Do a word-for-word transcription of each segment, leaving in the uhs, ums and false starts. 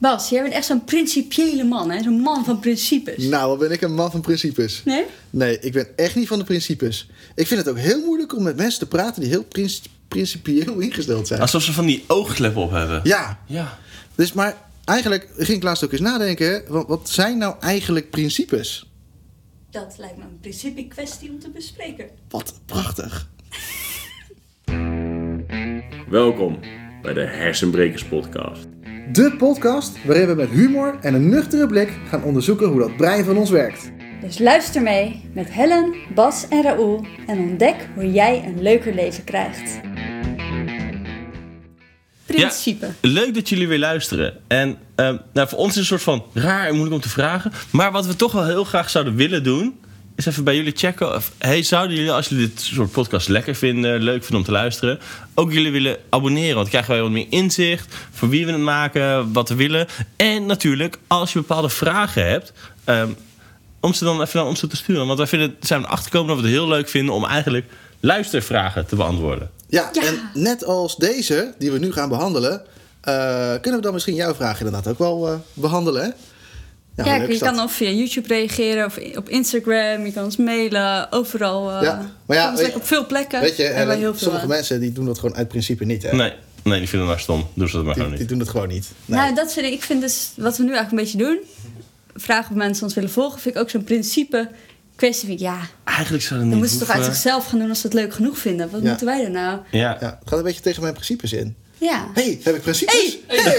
Bas, jij bent echt zo'n principiële man, hè? Zo'n man van principes. Nou, wat ben ik een man van principes. Nee? Nee, ik ben echt niet van de principes. Ik vind het ook heel moeilijk om met mensen te praten die heel princi- principieel ingesteld zijn. Alsof ze van die oogkleppen op hebben. Ja. Ja. Dus maar eigenlijk ging ik laatst ook eens nadenken. Hè, wat, wat zijn nou eigenlijk principes? Dat lijkt me een principe kwestie om te bespreken. Wat prachtig. Welkom bij de Hersenbrekers podcast. De podcast waarin we met humor en een nuchtere blik gaan onderzoeken hoe dat brein van ons werkt. Dus luister mee met Helen, Bas en Raoul en ontdek hoe jij een leuker leven krijgt. Principe. Ja, leuk dat jullie weer luisteren. En uh, nou, voor ons is het een soort van raar en moeilijk om te vragen. Maar wat we toch wel heel graag zouden willen doen, is even bij jullie checken. Of, hey, zouden jullie, als jullie dit soort podcast lekker vinden, leuk vinden om te luisteren, ook jullie willen abonneren? Want dan krijgen wij wat meer inzicht voor wie we het maken, wat we willen. En natuurlijk, als je bepaalde vragen hebt, um, om ze dan even naar ons toe te sturen. Want wij vinden, zijn we achtergekomen dat we het heel leuk vinden om eigenlijk luistervragen te beantwoorden. Ja, Ja. en net als deze, die we nu gaan behandelen, uh, kunnen we dan misschien jouw vraag inderdaad ook wel uh, behandelen, hè? Ja, hoe leuk je is dat? kan of via YouTube reageren of op Instagram. Je kan ons mailen, overal. Uh, Ja, maar ja, weet, op veel plekken. Weet je, hebben wij en, heel veel sommige aan. mensen die doen dat gewoon uit principe niet, hè? Nee, nee, die vinden we maar stom. Doen ze dat maar Die, gewoon die niet. doen het gewoon niet. Nee. Nou, dat vind ik, ik vind dus wat we nu eigenlijk een beetje doen. Vragen of mensen ons willen volgen, vind ik ook zo'n principe kwestie. Vind ik, ja, Eigenlijk zou dat dan niet moeten ze toch uit hoeven. zichzelf gaan doen als ze het leuk genoeg vinden. Wat Ja. moeten wij er nou? Ja. Ja, het gaat een beetje tegen mijn principes in. Ja. Hé, hey, heb ik principes? Hey.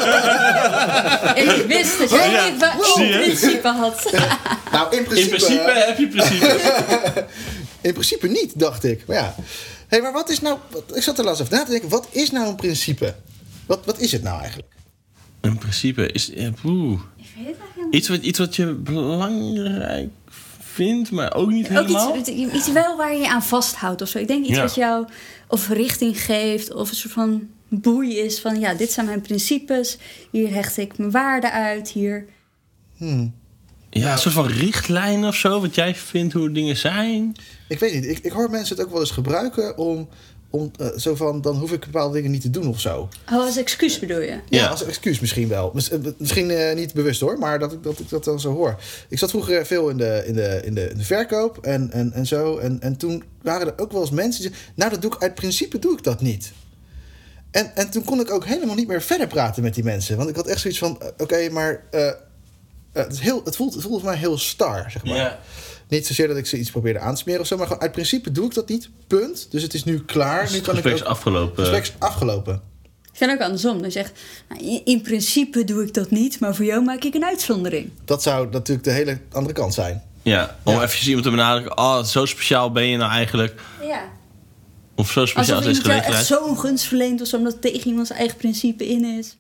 Ik wist dat jij Ja, niet wel zie je? één principe had. Nou, in principe, In principe heb je principes. in principe niet, dacht ik. Maar ja. Hé, hey, maar wat is nou... wat- ik zat er laatst over na te denken. Wat is nou een principe? Wat, wat is het nou eigenlijk? Een principe is... Ja, poeh. Ik weet het eigenlijk niet. Iets wat, iets wat je belangrijk vindt, maar ook niet helemaal. Ook iets, iets wel waar je je aan vasthoudt of zo. Ik denk iets Ja. wat jou of richting geeft of een soort van boei is van ja, dit zijn mijn principes. Hier hecht ik mijn waarden uit. Hier. Hmm. Ja, een soort van richtlijn of zo, wat jij vindt hoe dingen zijn. Ik weet niet. Ik, ik hoor mensen het ook wel eens gebruiken om... om uh, zo van, dan hoef ik bepaalde dingen niet te doen of zo. Oh, als excuus bedoel je? Ja, Ja. als excuus misschien wel. Mis- uh, Misschien uh, niet bewust hoor, maar dat ik dat, ik dat dan zo hoor. Ik zat vroeger veel in de, in de, in de, in de verkoop en, en, en zo. En, en toen waren er ook wel eens mensen die zeiden... nou, dat doe ik uit principe doe ik dat niet. En, en toen kon ik ook helemaal niet meer verder praten met die mensen. Want ik had echt zoiets van... uh, oké, okay, maar... Uh, uh, het, is heel, het, voelt, het voelde voor mij heel star, zeg maar. Ja. Niet zozeer dat ik ze iets probeerde aan te smeren of zo... maar gewoon uit principe doe ik dat niet, punt. Dus het is nu klaar. Dus nu het kan ik gesprek is ook, afgelopen. Het gesprek is afgelopen. Ik vind ook andersom. Dan zegt, nou, in, in principe doe ik dat niet, maar voor jou maak ik een uitzondering. Dat zou natuurlijk de hele andere kant zijn. Ja, om Ja. even iemand te benadrukken. Oh, zo speciaal ben je nou eigenlijk. Ja. Of zo speciaal Alsof is deze iemand jou echt gelegenheid. zo'n gunst verleent of zo, omdat het tegen iemands eigen principe in is.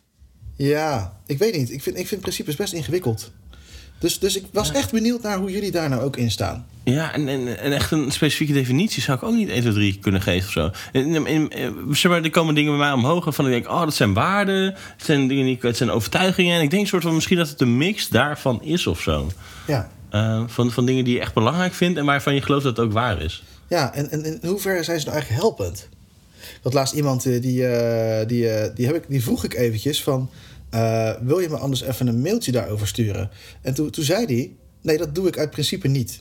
Ja, ik weet niet. Ik vind, ik vind principes best ingewikkeld. Dus, dus ik was echt benieuwd naar hoe jullie daar nou ook in staan. Ja, en, en, en echt een specifieke definitie zou ik ook niet één, twee, drie kunnen geven of zo. En, en, en, zeg maar, er komen dingen bij mij omhoog van ik denk, oh, dat zijn waarden. Het zijn dingen die, het zijn overtuigingen. En ik denk soort van misschien dat het een mix daarvan is of zo. Ja, Uh, van, van dingen die je echt belangrijk vindt en waarvan je gelooft dat het ook waar is. ja en, en in hoeverre zijn ze nou eigenlijk helpend? Dat laatst iemand, eh, die, uh, die, uh, die, heb ik, die vroeg ik eventjes van... Uh, wil je me anders even een mailtje daarover sturen? En toen, toen zei hij, nee, dat doe ik uit principe niet.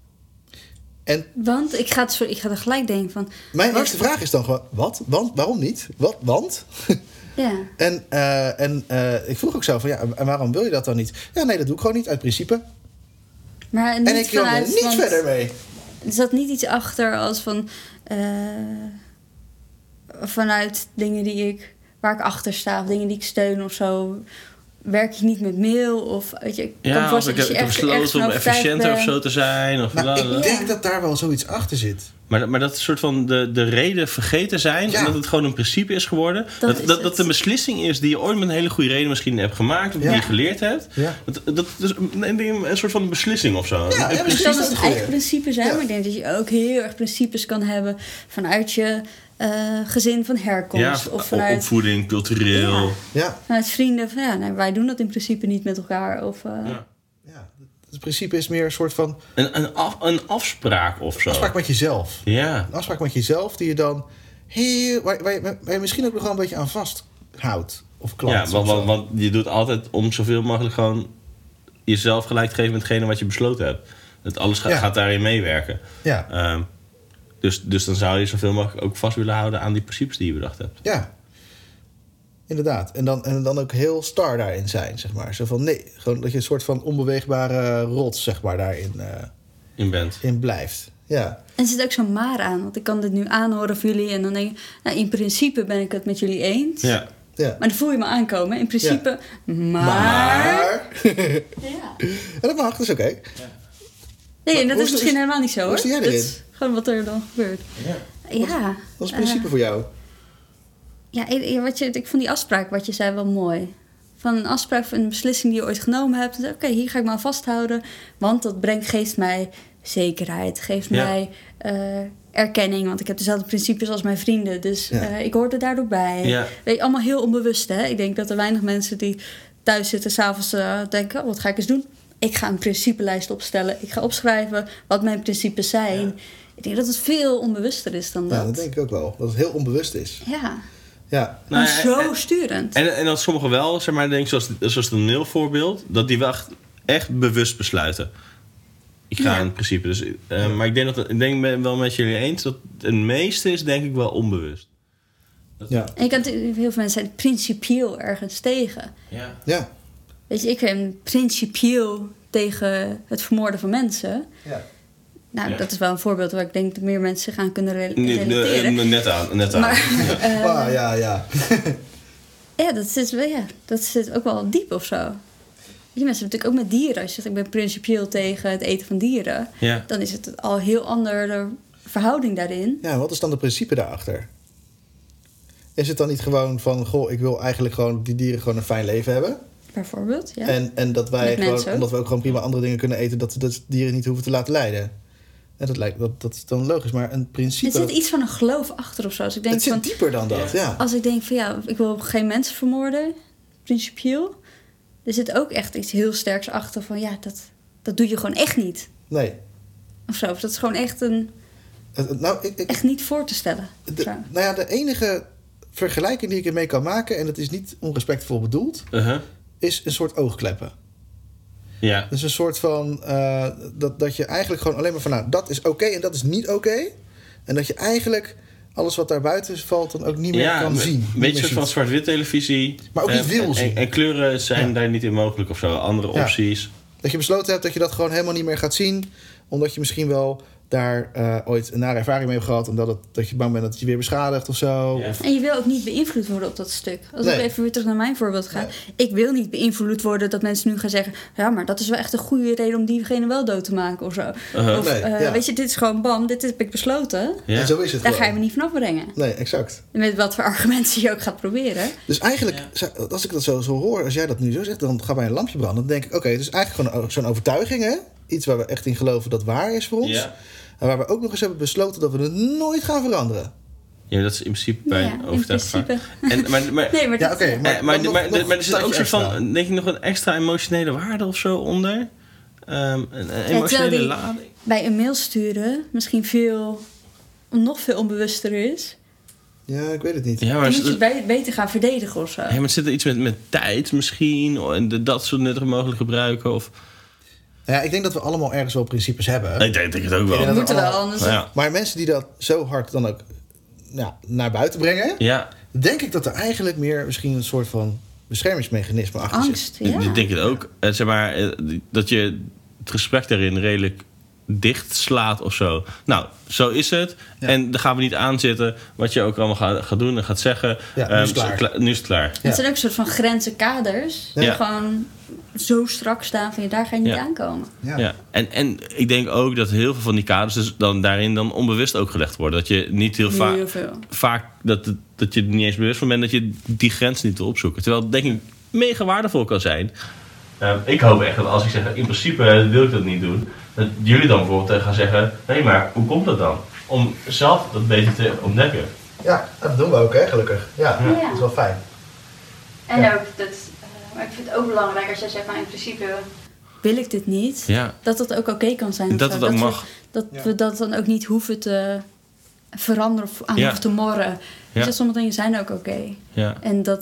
En Want ik ga, het zo, ik ga er gelijk denken van... mijn wat- eerste vraag is dan gewoon, wat? Want? Waarom niet? Wat? Want? Ja. En, uh, en uh, ik vroeg ook zo van, ja, en waarom wil je dat dan niet? Ja, nee, dat doe ik gewoon niet uit principe. Maar niet En ik kwam er vanuit, niet want verder mee. Er zat niet iets achter als van... eh, vanuit dingen die ik... waar ik achter sta of dingen die ik steun of zo... werk ik niet met mail of... Weet je, ik kan me Ja, of ik voorstellen heb, als ik je heb ergens- ergens besloten om van overtuigd efficiënter of bent. zo te zijn. Of Nou, bla, ik bla. denk dat daar wel zoiets achter zit. Maar, maar dat is een soort van de, de reden vergeten zijn. Ja. En dat het gewoon een principe is geworden. Dat Dat, is dat, het. dat de beslissing is die je ooit met een hele goede reden misschien hebt gemaakt. Of Ja. die je geleerd hebt. Ja. Dat, dat is een, een, een soort van beslissing of zo. Ja, Een ja, principe. precies. Dat dat is een het eigen goeie. principe zijn. Ja. Maar ik denk dat je ook heel erg principes kan hebben... vanuit je eh, gezin van herkomst. Ja, of vanuit, opvoeding, cultureel. Ja. Ja, vanuit vrienden. Van, ja, nee, wij doen dat in principe niet met elkaar. Of, eh, Ja. ja. Het principe is meer een soort van Een, een, af, een afspraak of zo. afspraak met jezelf. Ja. Een afspraak met jezelf die je dan heel... Waar, waar, je, waar je misschien ook nog wel een beetje aan vasthoudt. of klant. Ja, want, of zo. want, want je doet altijd om zoveel mogelijk gewoon jezelf gelijk te geven met hetgene wat je besloten hebt. Dat alles ga, Ja. gaat daarin meewerken. Ja, Ehm, dus, dus dan zou je zoveel mogelijk ook vast willen houden aan die principes die je bedacht hebt. ja. Inderdaad. En dan, en dan ook heel star daarin zijn, zeg maar. Zo van, nee, gewoon dat je een soort van onbeweegbare rots, zeg maar, daarin uh, In bent. in blijft. Ja. En er zit ook zo'n maar aan. Want ik kan dit nu aanhoren voor jullie. En dan denk ik, nou, in principe ben ik het met jullie eens. Ja. Ja. Maar dan voel je me aankomen. In principe, maar... Maar... Ja. En dat mag, dat is oké. Nee, Maar en dat hoe is is- misschien helemaal niet zo, hoe hoor. sta jij Dat erin? is gewoon wat er dan gebeurt. Ja. Ja. Wat is het principe voor jou? Ja, ik- wat je, ik vond die afspraak wat je zei wel mooi. Van een afspraak van een beslissing die je ooit genomen hebt. Oké, okay, hier ga ik me aan vasthouden. Want dat brengt, geeft mij zekerheid. Geeft Ja. mij uh, erkenning. Want ik heb dezelfde principes als mijn vrienden. Dus Ja. uh, ik hoor er daardoor bij. Ja. Weet je, allemaal heel onbewust, hè. Ik denk dat er weinig mensen die thuis zitten s'avonds uh, denken... Oh, wat ga ik eens doen? Ik ga een principelijst opstellen. Ik ga opschrijven wat mijn principes zijn. Ja. Ik denk dat het veel onbewuster is dan dat. Ja, dat denk ik ook wel. Dat het heel onbewust is. Ja, Ja. maar Nou ja, zo en- sturend. En, en dat sommigen wel, zeg maar, denk ik, zoals, zoals het toneelvoorbeeld, dat die wel echt, echt bewust besluiten. Ik ga Ja. in principe. Dus, uh, maar ik denk dat ik denk ben wel met jullie eens dat het meeste is, denk ik, wel onbewust. Ja. En je kan natuurlijk- heel veel mensen zijn principieel ergens tegen. Ja. Ja. Weet je, ik ben principieel tegen het vermoorden van mensen. Ja. Nou, Ja. dat is wel een voorbeeld waar ik denk dat meer mensen zich aan kunnen re- Nee, relateren. de- net aan. Net aan. Maar eh, Ah, ja, ja. ja, dat zit, wel- ja, dat zit ook wel diep of zo. Weet je, mensen hebben natuurlijk ook met dieren. Als je zegt, ik ben principieel tegen het eten van dieren... Ja. dan is het al heel andere verhouding daarin. Ja, wat is dan de principe daarachter? Is het dan niet gewoon van... Goh, ik wil eigenlijk gewoon die dieren gewoon een fijn leven hebben? Bijvoorbeeld, ja. En, en dat wij Met gewoon... mensen ook. Omdat we ook gewoon prima andere dingen kunnen eten... dat we dat dieren niet hoeven te laten lijden. En dat, lijkt, dat, dat is dan logisch. Maar een Er principe... zit dat- iets van een geloof achter of zo. Dus ik denk het zit van, dieper dan dat, ja. als ik denk van ja, ik wil geen mensen vermoorden, principieel. Er zit ook echt iets heel sterks achter van ja, dat, dat doe je gewoon echt niet. Nee. Of zo. Of dat is gewoon echt, een, Het- het- Nou, ik, ik, echt niet voor te stellen. de, Zo. nou ja, de enige vergelijking die ik ermee kan maken... en dat is niet onrespectvol bedoeld... Uh-huh. is een soort oogkleppen. Ja. Dus een soort van... eh, dat, dat je eigenlijk gewoon alleen maar van... nou, dat is oké en dat is niet oké. En dat je eigenlijk alles wat daar buiten valt... dan ook niet meer Ja, kan een zien. Niet beetje meer een soort van ziet. zwart-wit televisie. Maar ook niet En- wil en, zien. En, en kleuren zijn Ja. daar niet in mogelijk of zo. Andere Ja. opties. Dat je besloten hebt dat je dat gewoon helemaal niet meer gaat zien... omdat je misschien wel daar eh, ooit een nare ervaring mee hebt gehad... en dat, het, dat je bang bent dat het je weer beschadigt of zo. Ja. Of, En je wil ook niet beïnvloed worden op dat stuk. Als Nee. ik even weer terug naar mijn voorbeeld ga. Nee. Ik wil niet beïnvloed worden dat mensen nu gaan zeggen... ja, maar dat is wel echt een goede reden om diegene wel dood te maken of zo. Uh-huh. Of, Nee, eh, ja. weet je, dit is gewoon bam, dit heb ik besloten. Ja. En zo is het Daar gewoon. ga je me niet vanaf brengen. Nee, exact. Met wat voor argumenten je ook gaat proberen. Dus eigenlijk, Ja. zou- als ik dat zo, zo hoor, als jij dat nu zo zegt... dan gaat mij een lampje branden. Dan denk ik, oké, het is eigenlijk gewoon zo'n overtuiging, hè? Iets waar we echt in geloven dat waar is voor ons. Ja. En waar we ook nog eens hebben besloten dat we het nooit gaan veranderen. Ja, dat is in principe bij Ja, een in overtuiging. principe. En, maar, maar, Nee, maar Ja, dat- oké, maar, maar, maar, maar, nog- maar, nog maar er zit ook een soort extra. van, denk je, nog een extra emotionele waarde of zo onder? Um, een, een emotionele terwijl die- lading? bij een mail sturen misschien veel, nog veel onbewuster is. Ja, ik weet het niet. Ja, Dan maar, moet je het- be- beter gaan verdedigen of zo. ja, maar zit er iets met, met tijd misschien? En de, dat soort nuttige mogelijk gebruiken? Of, Nou ja, ik denk dat we allemaal ergens wel principes hebben. ik denk, denk het ook Ja, wel. Dat moet er wel, allemaal- anders... Ja. Maar mensen die dat zo hard dan ook ja, naar buiten brengen... Ja, denk ik dat er eigenlijk meer misschien een soort van beschermingsmechanisme achter zit. Angst, ja. ik denk het ook. Eh, Zeg maar, eh, dat je het gesprek daarin redelijk dicht slaat of zo. Nou, zo is het. Ja. En daar gaan we niet aan zitten wat je ook allemaal gaat, gaat doen en gaat zeggen. Ja, nu Ehm, is het klaar. kla- nu is het klaar. Het zijn ook een soort van grenzen, kaders. Die Ja. gewoon zo strak staan van je, daar ga je niet Ja. aankomen. Ja. Ja. En, en ik denk ook dat heel veel van die kaders dus dan daarin dan onbewust ook gelegd worden. Dat je niet heel, va- Heel veel. vaak dat, het- dat je er niet eens bewust van bent dat je die grens niet wil opzoeken. Terwijl het denk ik mega waardevol kan zijn. Ehm, ik hoop echt dat als ik zeg, in principe wil ik dat niet doen, dat jullie dan bijvoorbeeld eh, gaan zeggen, nee, maar hoe komt dat dan? Om zelf dat beter te ontdekken. Ja, dat doen we ook, hè, gelukkig. Ja, Ja. dat is wel fijn. En ook, dat, uh, maar ik vind het ook belangrijk als jij zegt, nou in principe wil ik dit niet. Ja. Dat dat ook oké kan zijn. En of dat zo. het ook we- mag. dat Ja. we dat dan ook niet hoeven te veranderen of aan Ja. hoeven te morren. Ja. Dus sommige dingen zijn ook oké. Ja. En dat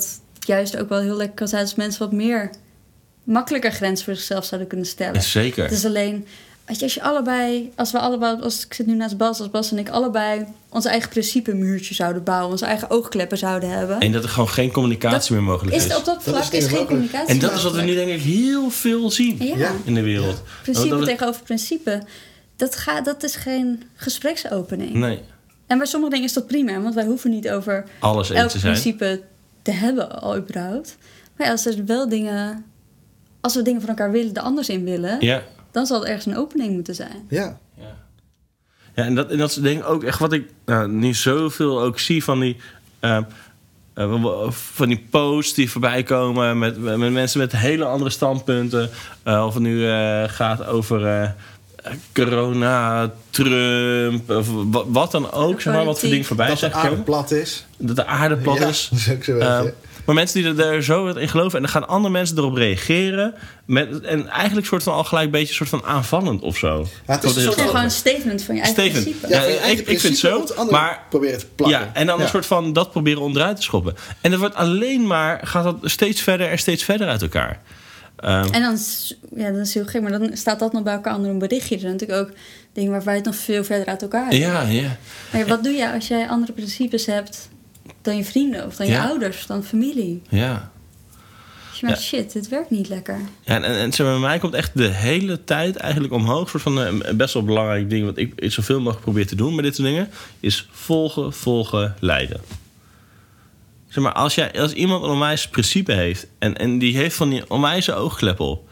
juist ook wel heel lekker kan zijn als mensen wat meer makkelijker grenzen voor zichzelf zouden kunnen stellen. Zeker. Het is alleen, weet je, als je allebei, als we allebei, als ik zit nu naast Bas, als Bas en ik allebei onze eigen principe muurtje zouden bouwen, onze eigen oogkleppen zouden hebben. En dat er gewoon geen communicatie Dat meer mogelijk is. Is op dat vlak is is, niet geen mogelijk. communicatie. En dat is wat we nu denk ik heel veel zien Ja, Ja. in de wereld. principe Dat is- tegenover principe. Dat, gaat, dat is geen gespreksopening. Nee, En bij sommige dingen is dat prima, want wij hoeven niet over alles eens elk te zijn. principe te hebben al überhaupt. Maar ja, als er wel dingen, als we dingen van elkaar willen, er anders in willen, Ja. dan zal er ergens een opening moeten zijn. Ja. Ja, en dat, en dat is denk ik ook echt wat ik nou, nu zoveel ook zie van die, uh, uh, van die posts die voorbij komen met, met mensen met hele andere standpunten. Uh, of het nu uh, gaat over uh, corona, Trump, of wat, wat dan ook. Zeg maar, wat voor dingen voorbij Dat de zijn aarde gekomen. plat is. Dat de aarde plat Ja, is. dat is ook zo. Uh, weet je. maar mensen die er, er zo in geloven en dan gaan andere mensen erop reageren. Met, en eigenlijk soort van al gelijk een beetje soort van aanvallend of zo. Ja, het is een Het soort is van- gewoon een statement van je eigen Statement. principe. Ja, van je ik- eigen ik vind principe zo, op het andere maar- proberen te plakken. Ja, en dan een Ja. soort van dat proberen onderuit te schoppen. En dat wordt alleen maar, gaat dat steeds verder en steeds verder uit elkaar. Um, En dan is, ja, dat is heel gek, maar dan staat dat nog bij elkaar onder een berichtje. Er zijn natuurlijk ook dingen waarbij het nog veel verder uit elkaar is. ja, ja. Maar ja, wat doe je als jij andere principes hebt dan je vrienden of dan je Ja. ouders of dan familie? Ja. Dus je merkt, Ja. shit, dit werkt niet lekker. Ja, en, en zeg maar, bij mij komt echt de hele tijd eigenlijk omhoog. Een soort van een best wel belangrijk ding, wat ik zoveel mogelijk probeer te doen met dit soort dingen, is volgen, volgen, leiden. Zeg maar, als, jij, als iemand een onwijs principe heeft en, en die heeft van die onwijze oogkleppen op,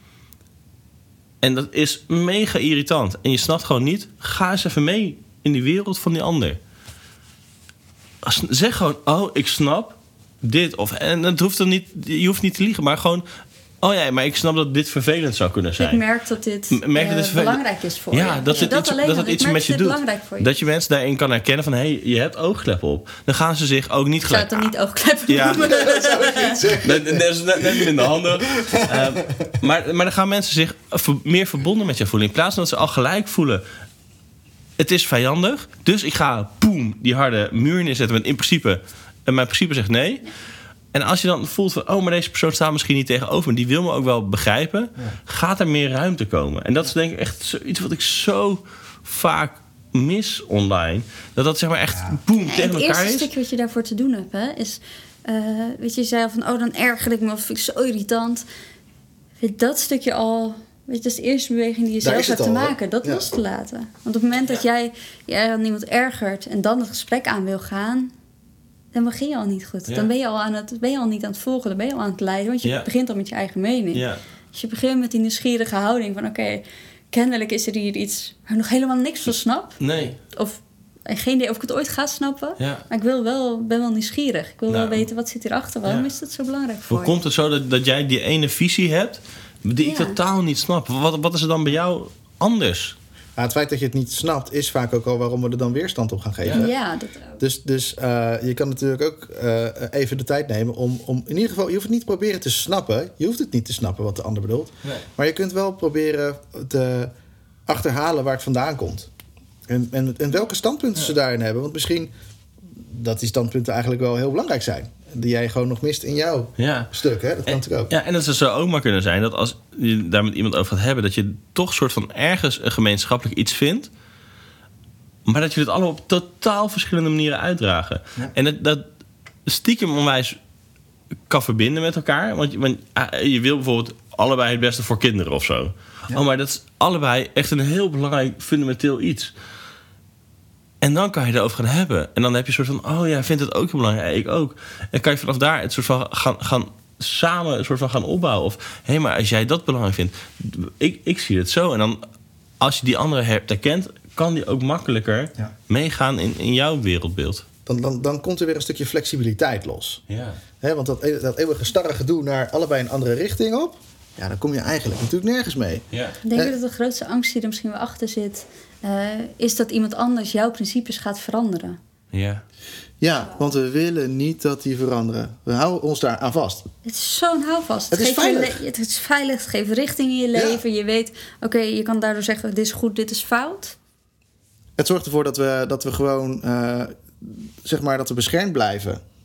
en dat is mega irritant en je snapt gewoon niet, ga eens even mee in die wereld van die ander. Als, zeg gewoon, oh, ik snap dit. Of, en het hoeft dan niet, je hoeft niet te liegen, maar gewoon, oh ja, maar ik snap dat dit vervelend zou kunnen zijn. Ik merk dat dit, M- merk dat eh, dit vervelend- belangrijk is voor Ja, je. dat het iets, alleen dat al. het Ik iets merk met je dat dit doet. belangrijk voor je. Dat je mensen daarin kan herkennen van, hé, hey, je hebt oogkleppen op. Dan gaan ze zich ook niet Ik zou gelijk... het dan niet oogkleppen Ja. noemen. Dat dat is net, net in de handen. Um, maar, maar dan gaan mensen zich ver- meer verbonden met je voelen. In plaats van dat ze al gelijk voelen, het is vijandig, dus ik ga, boem, die harde muur neerzetten met in principe... En mijn principe zegt nee. En als je dan voelt van, oh, maar deze persoon staat misschien niet tegenover me, die wil me ook wel begrijpen, ja. Gaat er meer ruimte komen. En dat is denk ik echt iets wat ik zo vaak mis online. Dat dat zeg maar echt ja. boem Ja, tegen elkaar is. Het elkaar eerste is. stukje wat je daarvoor te doen hebt, hè, is... Uh, weet je, je zei al van, oh, dan erger ik me of vind ik zo irritant. Weet je, dat stukje al... Weet je, dat is de eerste beweging die je zelf hebt te al, maken. Dat ja. los te laten. Want op het moment dat jij je aan iemand ergert en dan het gesprek aan wil gaan, dan begin je al niet goed. Ja. Dan ben je al, aan het, ben je al niet aan het volgen, dan ben je al aan het leiden. Want je ja. begint al met je eigen mening. Ja. Dus je begint met die nieuwsgierige houding van, oké, okay, kennelijk is er hier iets waar ik nog helemaal niks van snap. Nee. Of geen idee of ik het ooit ga snappen. Ja. Maar ik wil wel, ben wel nieuwsgierig. Ik wil nou. wel weten, wat zit hierachter? Waarom ja. is dat zo belangrijk voor Hoe je? Komt het zo dat, dat jij die ene visie hebt die ik ja. totaal niet snap? Wat, wat is er dan bij jou anders? Ja, het feit dat je het niet snapt is vaak ook al waarom we er dan weerstand op gaan geven. Ja, ja dat ook. Dus, dus uh, je kan natuurlijk ook uh, even de tijd nemen om, om... In ieder geval, je hoeft het niet te proberen te snappen. Je hoeft het niet te snappen wat de ander bedoelt. Nee. Maar je kunt wel proberen te achterhalen waar het vandaan komt. En, en, en welke standpunten ja. ze daarin hebben. Want misschien dat die standpunten eigenlijk wel heel belangrijk zijn. Die jij gewoon nog mist in jouw ja. stuk. Hè? Dat kan en, natuurlijk ook. Ja, en dat zou ook maar kunnen zijn dat als je daar met iemand over gaat hebben, dat je toch soort van ergens een gemeenschappelijk iets vindt, maar dat je het allemaal op totaal verschillende manieren uitdragen. Ja. En dat, dat stiekem onwijs kan verbinden met elkaar. Want, want je wil bijvoorbeeld allebei het beste voor kinderen of zo. Ja. Oh, maar dat is allebei echt een heel belangrijk fundamenteel iets. En dan kan je erover gaan hebben. En dan heb je een soort van, oh ja, vindt het ook heel belangrijk. Ja, ik ook. En kan je vanaf daar het soort van gaan, gaan samen een soort van gaan opbouwen. Of, hé, hey, maar als jij dat belangrijk vindt, ik, ik zie het zo. En dan, als je die andere hebt herkent, kan die ook makkelijker ja. meegaan in, in jouw wereldbeeld. Dan, dan, dan komt er weer een stukje flexibiliteit los. Ja. He, want dat, dat eeuwige starre gedoe naar allebei een andere richting op, ja, dan kom je eigenlijk natuurlijk nergens mee. Ja. Ik denk uh, dat de grootste angst die er misschien wel achter zit, uh, is dat iemand anders jouw principes gaat veranderen. Ja. Ja, want we willen niet dat die veranderen. We houden ons daar aan vast. Het is zo'n houvast. Het, het is veilig. Le- het is veilig, het geeft richting in je leven. Ja. Je weet, oké, okay, je kan daardoor zeggen, dit is goed, dit is fout. Het zorgt ervoor dat we, dat we gewoon, uh, zeg maar, dat we beschermd blijven.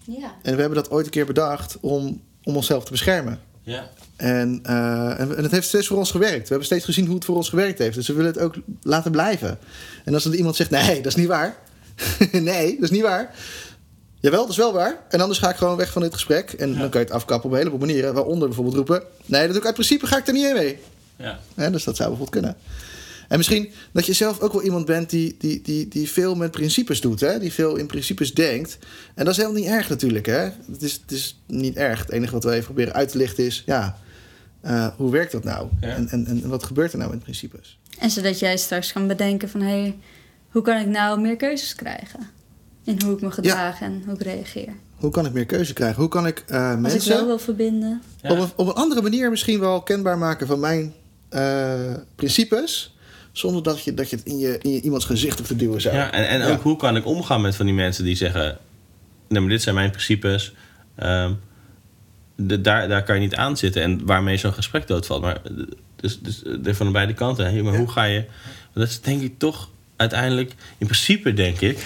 Ja. En we hebben dat ooit een keer bedacht om, om onszelf te beschermen. Ja. En, uh, en het heeft steeds voor ons gewerkt. We hebben steeds gezien hoe het voor ons gewerkt heeft. Dus we willen het ook laten blijven. En als er iemand zegt, nee, dat is niet waar. nee, dat is niet waar. Jawel, dat is wel waar. En anders ga ik gewoon weg van dit gesprek. En ja. dan kan je het afkappen op een heleboel manieren. Waaronder bijvoorbeeld roepen, nee, dat doe ik uit principe, ga ik er niet in mee. Ja. Ja, dus dat zou bijvoorbeeld kunnen. En misschien dat je zelf ook wel iemand bent die, die, die, die veel met principes doet. Hè? Die veel in principes denkt. En dat is helemaal niet erg natuurlijk. Hè? Het, is, het is niet erg. Het enige wat we even proberen uit te lichten is... ja, uh, hoe werkt dat nou? Ja. En, en, en wat gebeurt er nou met principes? En zodat jij straks kan bedenken van... Hey, hoe kan ik nou meer keuzes krijgen? In hoe ik me gedraag ja. en hoe ik reageer. Hoe kan ik meer keuze krijgen? Hoe kan ik uh, Als mensen... ik wel wil verbinden. Ja. Op, een, op een andere manier misschien wel kenbaar maken van mijn uh, principes... Zonder dat je, dat je het in, je, in je iemands gezicht hoeft te duwen. Zo. Ja, en en ook ja. hoe kan ik omgaan met van die mensen die zeggen... Nee, maar dit zijn mijn principes. Um, de, daar, daar kan je niet aan zitten. En waarmee zo'n gesprek doodvalt. Maar dus, dus van de beide kanten. Hè? Maar ja. hoe ga je... Dat is denk ik toch uiteindelijk... In principe denk ik...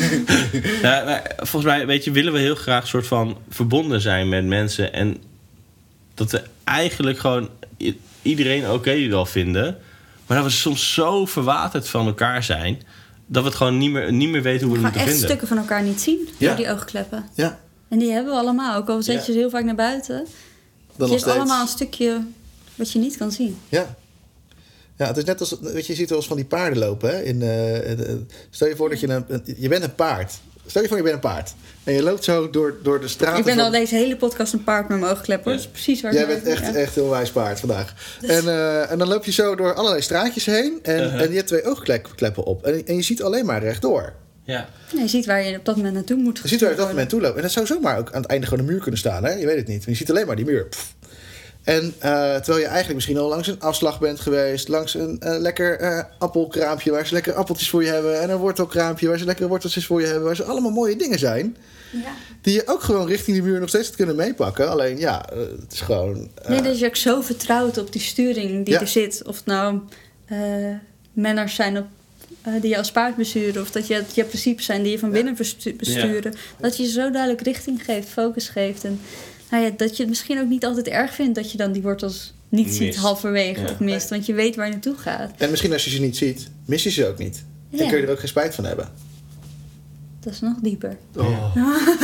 ja, maar volgens mij weet je, willen we heel graag... soort van verbonden zijn met mensen. En dat we eigenlijk gewoon... iedereen oké okay wel vinden... Maar dat we soms zo verwaterd van elkaar zijn... dat we het gewoon niet meer, niet meer weten hoe we, we het moeten vinden. We gaan echt stukken van elkaar niet zien ja. door die oogkleppen. Ja. En die hebben we allemaal. Ook al zet je ja. ze heel vaak naar buiten. Dan je hebt allemaal een stukje wat je niet kan zien. Ja. Ja, het is net als... Weet je, je ziet wel eens van die paarden lopen. Hè? In, uh, stel je voor dat je een... Je bent een paard. Stel je voor, je bent een paard. En je loopt zo door, door de straten. Ik ben van... al deze hele podcast een paard met mijn oogkleppen. Ja. Dat is precies waar Jij bent echt, ja. echt heel wijs paard vandaag. Dus... En, uh, en dan loop je zo door allerlei straatjes heen. En, uh-huh. en je hebt twee oogkleppen op. En, en je ziet alleen maar rechtdoor. Ja. En je ziet waar je op dat moment naartoe moet. Je ziet waar je op dat moment naartoe loopt. En dat zou zomaar ook aan het einde gewoon een muur kunnen staan. Hè? Je weet het niet. Je ziet alleen maar die muur. Pff. En uh, terwijl je eigenlijk misschien al langs een afslag bent geweest... langs een uh, lekker uh, appelkraampje waar ze lekker appeltjes voor je hebben... en een wortelkraampje waar ze lekkere worteltjes voor je hebben... waar ze allemaal mooie dingen zijn... Ja. die je ook gewoon richting die muur nog steeds kunnen meepakken. Alleen ja, uh, het is gewoon... Uh... Nee, dat je ook zo vertrouwt op die sturing die ja. er zit. Of het nou uh, manners zijn op, uh, die je als paard besturen... of dat je, je principes zijn die je van ja. binnen bestu- besturen. Ja. Dat je zo duidelijk richting geeft, focus geeft... en nou ja, dat je het misschien ook niet altijd erg vindt... dat je dan die wortels niet mist. ziet halverwege ja. of mist. Want je weet waar je naartoe gaat. En misschien als je ze niet ziet, mis je ze ook niet. Ja. En kun je er ook geen spijt van hebben. Dat is nog dieper. Oh.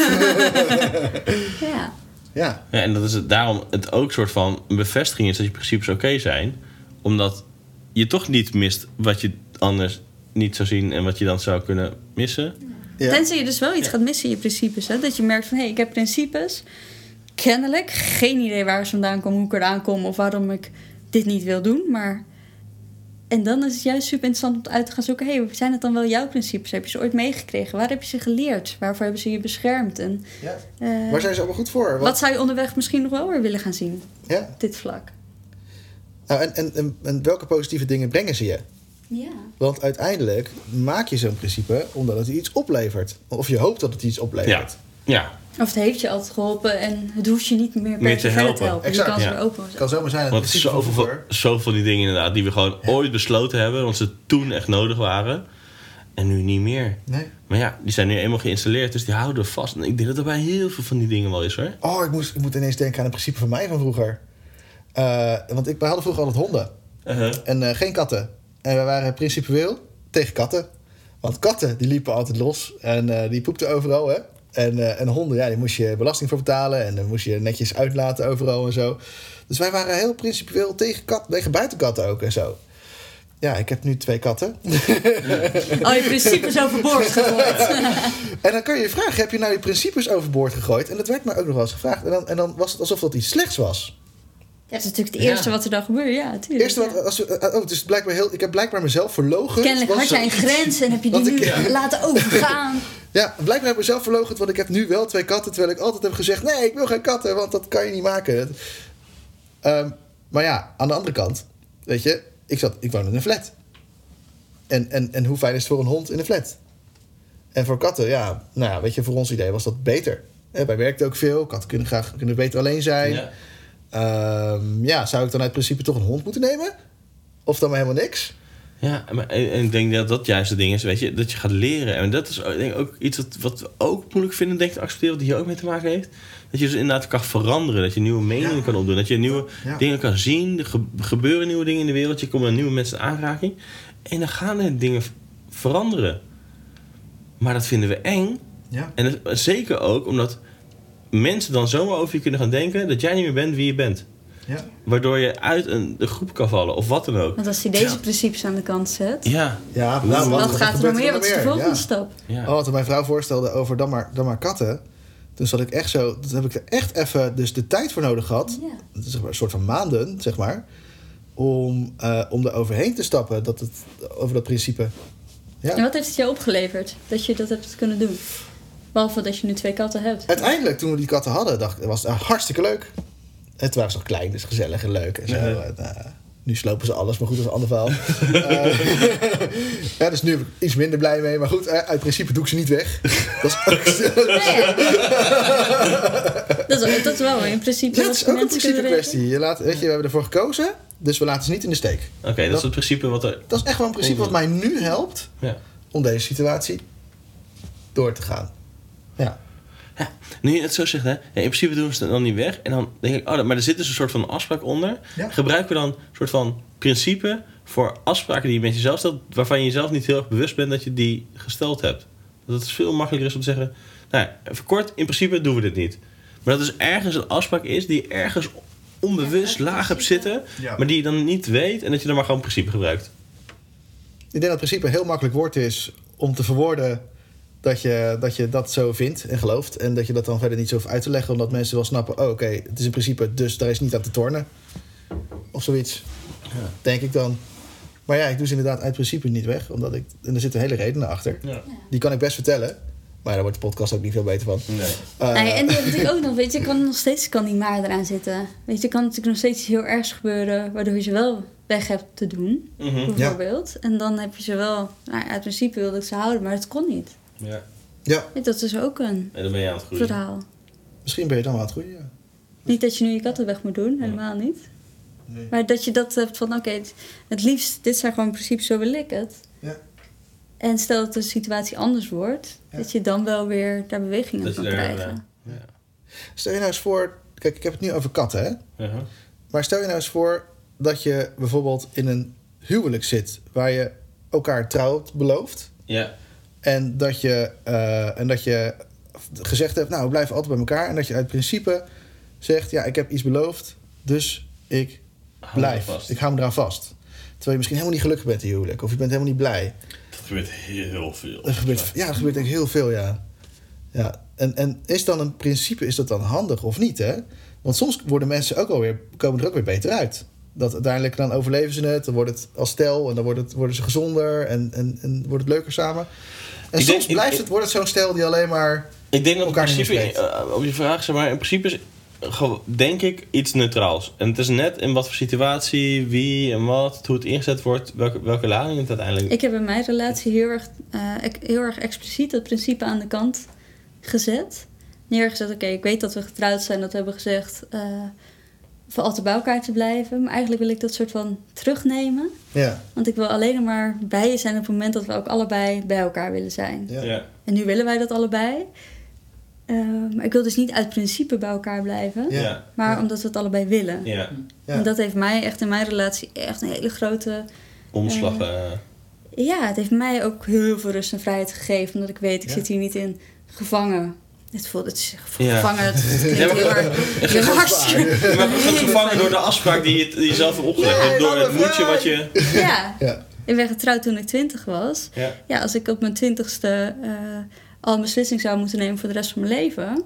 ja. Ja. Ja, en dat is het, daarom het ook soort van een bevestiging is... dat je principes oké okay zijn. Omdat je toch niet mist wat je anders niet zou zien... en wat je dan zou kunnen missen. Ja. Tenzij je dus wel iets ja. gaat missen in je principes. Hè? Dat je merkt van, hé, hey, ik heb principes... Kennelijk, geen idee waar ze vandaan komen, hoe ik eraan kom of waarom ik dit niet wil doen. Maar... En dan is het juist super interessant om uit te gaan zoeken. Hé, hey, zijn het dan wel jouw principes? Heb je ze ooit meegekregen? Waar heb je ze geleerd? Waarvoor hebben ze je beschermd? En, ja. uh, waar zijn ze allemaal goed voor? Wat... wat zou je onderweg misschien nog wel weer willen gaan zien? Ja. Op dit vlak. Nou, en, en, en, en welke positieve dingen brengen ze je? Ja. Want uiteindelijk maak je zo'n principe omdat het iets oplevert. Of je hoopt dat het iets oplevert. Ja. ja. Of het heeft je altijd geholpen en het hoeft je niet meer per te helpen. te helpen. Exact. Je kan ja. ze weer open. Het kan zomaar zijn. Want zoveel, zoveel van die dingen inderdaad die we gewoon ja. ooit besloten hebben, want ze toen echt nodig waren. En nu niet meer. Nee. Maar ja, die zijn nu eenmaal geïnstalleerd, dus die houden we vast. En ik denk dat er bij heel veel van die dingen wel is, hoor. Oh, ik, moest, ik moet ineens denken aan een principe van mij van vroeger. Uh, want ik, wij hadden vroeger altijd honden. Uh-huh. En uh, geen katten. En wij waren principieel tegen katten. Want katten, die liepen altijd los. En uh, die poepten overal, hè. En, uh, en honden, ja, die moest je belasting voor betalen. En dan moest je netjes uitlaten overal en zo. Dus wij waren heel principieel tegen, kat, tegen buitenkatten ook en zo. Ja, ik heb nu twee katten. Oh, je principes overboord gegooid. En dan kan je je vragen, heb je nou je principes overboord gegooid? En dat werd me ook nog wel eens gevraagd. En dan, en dan was het alsof dat iets slechts was. Ja, dat is natuurlijk het eerste ja. wat er dan gebeurt. Ja, natuurlijk. Eerste wat, als we, oh, dus blijkbaar heel, ik heb blijkbaar mezelf verloochend. Kennelijk had jij een grens en heb je die nu ik, ja. laten overgaan. Ja, blijkbaar heb ik mezelf verloochend, want ik heb nu wel twee katten. Terwijl ik altijd heb gezegd, nee, ik wil geen katten, want dat kan je niet maken. Um, maar ja, aan de andere kant, weet je, ik, zat, ik woon in een flat. En, en, en hoe fijn is het voor een hond in een flat? En voor katten, ja, nou ja, weet je, voor ons idee was dat beter. Eh, wij werkten ook veel, katten kunnen graag kunnen beter alleen zijn. Ja. Um, ja, zou ik dan uit principe toch een hond moeten nemen? Of dan maar helemaal niks? Ja, maar, en, en ik denk dat dat juist het ding is, weet je, dat je gaat leren. En dat is denk ik ook iets wat, wat we ook moeilijk vinden, denk ik, te accepteren, wat hier ook mee te maken heeft. Dat je dus inderdaad kan veranderen, dat je nieuwe meningen Ja. kan opdoen, dat je nieuwe Ja. dingen kan zien. Er ge- gebeuren nieuwe dingen in de wereld, je komt met nieuwe mensen in aanraking. En dan gaan er dingen v- veranderen. Maar dat vinden we eng. Ja. En het- zeker ook omdat mensen dan zomaar over je kunnen gaan denken dat jij niet meer bent wie je bent. Ja. Waardoor je uit een, de groep kan vallen, of wat dan ook. Want als hij deze principes aan de kant zet, Ja, Ja, Wat- nou, wat wat gaat er nog gebeurt meer? Wat is de volgende Ja. stap? ja. Oh, wat mijn vrouw voorstelde over dan maar, dan maar katten. Toen zat ik echt zo... Toen heb ik er echt even dus de tijd voor nodig gehad. Ja. Dat is zeg maar een soort van maanden, zeg maar. Om, uh, om er overheen te stappen. Dat het, over dat principe. Ja. En wat heeft het jou opgeleverd dat je dat hebt kunnen doen? Behalve dat je nu twee katten hebt. Uiteindelijk, toen we die katten hadden, dacht, was het hartstikke leuk. En toen waren ze nog klein, dus gezellig en leuk en zo. Ja. En, uh, nu slopen ze alles, maar goed, dat is een ander verhaal. uh, ja, dus nu ben ik iets minder blij mee. Maar goed, uh, uit principe doe ik ze niet weg. Dat is ook, Nee. dat, is, dat is wel in principe ja, wat het is ook een mensen principe kunnen kwestie. Je laat, weet je, we hebben ervoor gekozen, dus we laten ze niet in de steek. Oké, okay, dat is het principe wat er... Dat is echt wel een principe wat mij nu helpt Ja. om deze situatie door te gaan. Ja. Ja, nu je het zo zegt, hè, ja, in principe doen ze het dan niet weg. En dan denk ik, oh, maar er zit dus een soort van afspraak onder. Ja. Gebruiken we dan een soort van principe voor afspraken die je met jezelf stelt, waarvan je jezelf niet heel erg bewust bent dat je die gesteld hebt. Dat het veel makkelijker is om te zeggen, nou ja, even kort, in principe doen we dit niet. Maar dat dus ergens een afspraak is die ergens onbewust laag hebt zitten, Ja. maar die je dan niet weet en dat je dan maar gewoon principe gebruikt. Ik denk dat het principe een heel makkelijk woord is om te verwoorden dat je, dat je dat zo vindt en gelooft. En dat je dat dan verder niet zo hoeft uit te leggen, omdat mensen wel snappen, oh, oké, okay, het is een principe, dus daar is niet aan te tornen. Of zoiets. Ja. Denk ik dan. Maar ja, ik doe ze inderdaad uit principe niet weg, omdat ik, en er zitten hele redenen achter. Ja. Die kan ik best vertellen, maar daar wordt de podcast ook niet veel beter van. Nee. Uh, Nee, en wat ik ook nog weet, je kan nog steeds kan die maar eraan zitten. Weet je, kan natuurlijk nog steeds iets heel ergs gebeuren, waardoor je ze wel weg hebt te doen, Mhm. bijvoorbeeld. En dan heb je ze wel, nou, uit principe wilde ik ze houden, maar het kon niet. Ja. ja, Weet, dat is ook een En dan ben je aan het groeien. verhaal. misschien ben je dan wel aan het groeien, ja. Niet dat je nu je katten weg moet doen, helemaal niet. Nee. Maar dat je dat hebt van, oké, okay, het, het liefst, dit zijn gewoon in principe, zo wil ik het. Ja. En stel dat de situatie anders wordt, Ja. dat je dan wel weer daar beweging in Dat je kan daar, krijgen. ja. Stel je nou eens voor, kijk, ik heb het nu over katten, hè. Uh-huh. Maar stel je nou eens voor dat je bijvoorbeeld in een huwelijk zit waar je elkaar trouw belooft. Ja. En dat je, uh, en dat je gezegd hebt, nou, we blijven altijd bij elkaar. En dat je uit principe zegt, ja, ik heb iets beloofd, dus ik Hou me blijf. vast. Ik hou me eraan vast. Terwijl je misschien helemaal niet gelukkig bent in je huwelijk. Of je bent helemaal niet blij. Dat gebeurt heel veel. Dat gebeurt, ja, dat gebeurt denk ik heel veel, ja. ja. En, en is dan een principe, is dat dan handig of niet, hè? Want soms worden mensen ook alweer, komen er ook weer beter uit. Dat uiteindelijk dan overleven ze het, dan wordt het als stel en dan wordt het, worden ze gezonder en, en, en wordt het leuker samen. En Ik soms denk- blijft ik- het, wordt het zo'n stel die alleen maar... Ik denk dat in elkaar niet principe, misleed. uh, op je vraag, zeg maar, in principe is, gewo- denk ik, iets neutraals. En het is net in wat voor situatie, wie en wat, hoe het ingezet wordt, welke, welke lading het uiteindelijk... Ik heb in mijn relatie heel erg, uh, heel erg expliciet dat principe aan de kant gezet. Neergezet, oké, okay, ik weet dat we getrouwd zijn, dat we hebben gezegd uh, voor altijd bij elkaar te blijven. Maar eigenlijk wil ik dat soort van terugnemen. Ja, Want ik wil alleen maar bij je zijn op het moment dat we ook allebei bij elkaar willen zijn. ja. Ja. En nu willen wij dat allebei. Uh, maar ik wil dus niet uit principe bij elkaar blijven. Ja. Ja. Maar Ja. omdat we het allebei willen. Ja. Ja. En dat heeft mij echt in mijn relatie echt een hele grote... Omslag. Uh, uh, Ja, het heeft mij ook heel veel rust en vrijheid gegeven. Omdat ik weet, ik Ja. zit hier niet in gevangen. Het voelt het is Ja. gevangen. Het klinkt Ja, maar- heel erg heel hartstikke. je wordt gevangen door de afspraak die je, die je zelf hebt opgelegd. Nee, door het alle moedje vrij. wat je... Ja, Ja. ik ben getrouwd toen ik twintig was. Ja. Ja, als ik op mijn twintigste uh, al een beslissing zou moeten nemen voor de rest van mijn leven.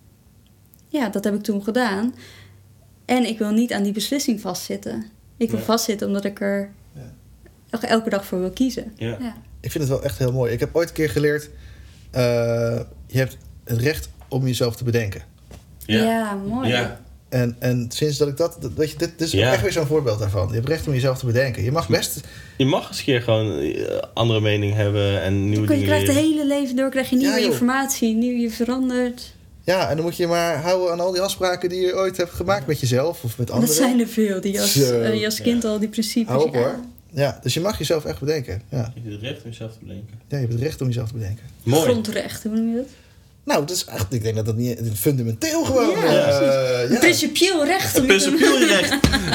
Ja, dat heb ik toen gedaan. En ik wil niet aan die beslissing vastzitten. Ik wil Ja. vastzitten omdat ik er Ja. elke dag voor wil kiezen. Ja. Ja. Ik vind het wel echt heel mooi. Ik heb ooit een keer geleerd, uh, je hebt het recht om jezelf te bedenken. Ja. Ja. mooi. Ja. En, en sinds dat ik dat... dat weet je, dit, dit is Ja. echt weer zo'n voorbeeld daarvan. Je hebt recht om jezelf te bedenken. Je mag best... Je mag eens een keer gewoon uh, andere mening hebben en nieuwe Je dingen krijgt het leren. hele leven door, krijg je nieuwe Ja, joh. informatie, nieuw je verandert. Ja, en dan moet je maar houden aan al die afspraken die je ooit hebt gemaakt met jezelf of met Dat anderen. zijn er veel, die als, Zo. uh, je als kind al die principes... Hou op ja. hoor. Ja, dus je mag jezelf echt bedenken. Ja. Je hebt het recht om jezelf te bedenken. Ja, je hebt het recht om jezelf te bedenken. Mooi. Grondrecht, hoe noem je dat? Nou, dat is echt, ik denk dat dat niet fundamenteel gewoon... Ja, uh, Een ja. principieel recht. om Principieel recht.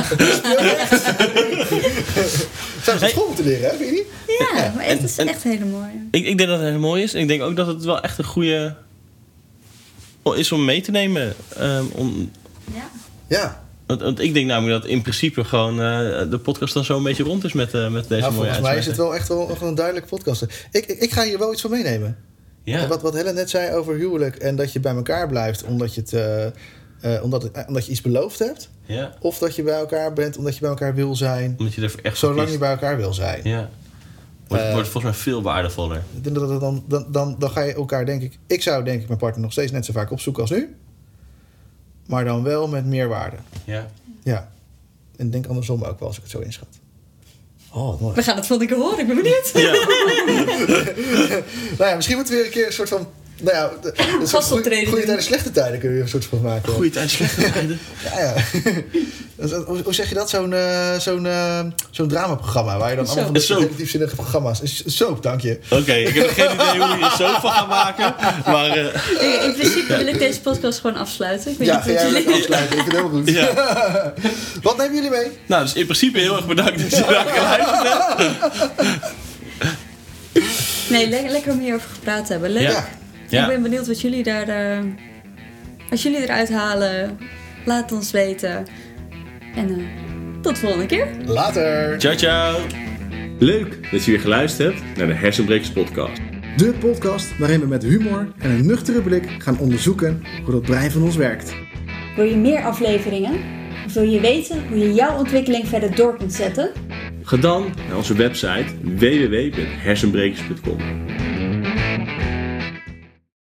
Zou ze school moeten leren, hè? Weet je niet? Ja, maar het is En- echt hele mooi. Ik, ik denk dat het heel mooi is. En ik denk ook dat het wel echt een goede is om mee te nemen. Um, om, Ja. Ja. want, want ik denk namelijk dat in principe gewoon uh, de podcast dan zo een beetje rond is met, uh, met deze Nou, mooie volgens mij is het uitspraken. wel echt wel, wel een duidelijk podcast. Ik, ik, ik ga hier wel iets van meenemen. Ja. Wat, wat Helen net zei over huwelijk en dat je bij elkaar blijft omdat je, het, uh, uh, omdat, het, omdat je iets beloofd hebt. Ja. Of dat je bij elkaar bent omdat je bij elkaar wil zijn. Omdat je er echt voor Zolang kiest. je bij elkaar wil zijn. Ja. Wordt, Uh, wordt volgens mij veel waardevoller. Ik denk dat het dan, dan, dan, dan ga je elkaar, denk ik... Ik zou denk ik mijn partner nog steeds net zo vaak opzoeken als nu. Maar dan wel met meer waarde. Ja. Ja. En ik denk andersom ook wel als ik het zo inschat. Oh, mooi. We gaan het van de horen, ik ben benieuwd. Ja. Nou ja, misschien moeten we weer een keer een soort van... Nou ja, de- een soort Gastoptreden goede, goede doen. tijden, slechte tijden kunnen we weer een soort van maken. Goeie tijd, slechte tijden. Ja, ja. Dus, hoe, hoe zeg je dat? Zo'n uh, zo'n uh, zo'n dramaprogramma waar je dan allemaal van Een de soap. relatiefzinnige programma's... Een soap, dank je. Oké, okay, ik heb geen idee hoe je er zo van gaat maken. Maar uh, In, in principe wil ik deze podcast gewoon afsluiten. Ik weet Ja, niet ga hoe jij jullie- lekker afsluiten. Ik vind het helemaal goed. ja. Wat nemen jullie mee? Nou, dus in principe heel erg bedankt dat je daar geluisterd hebt. Nee, le- lekker om hierover gepraat te hebben. Leuk. Ja. Ik ben benieuwd wat jullie daar... Uh, wat jullie eruit halen. Laat het ons weten. En uh, tot de volgende keer. Later. Ciao, ciao. Leuk dat je weer geluisterd hebt naar de Hersenbrekers podcast. De podcast waarin we met humor en een nuchtere blik gaan onderzoeken hoe dat brein van ons werkt. Wil je meer afleveringen? Of wil je weten hoe je jouw ontwikkeling verder door kunt zetten? Ga dan naar onze website w w w punt hersenbrekers punt com.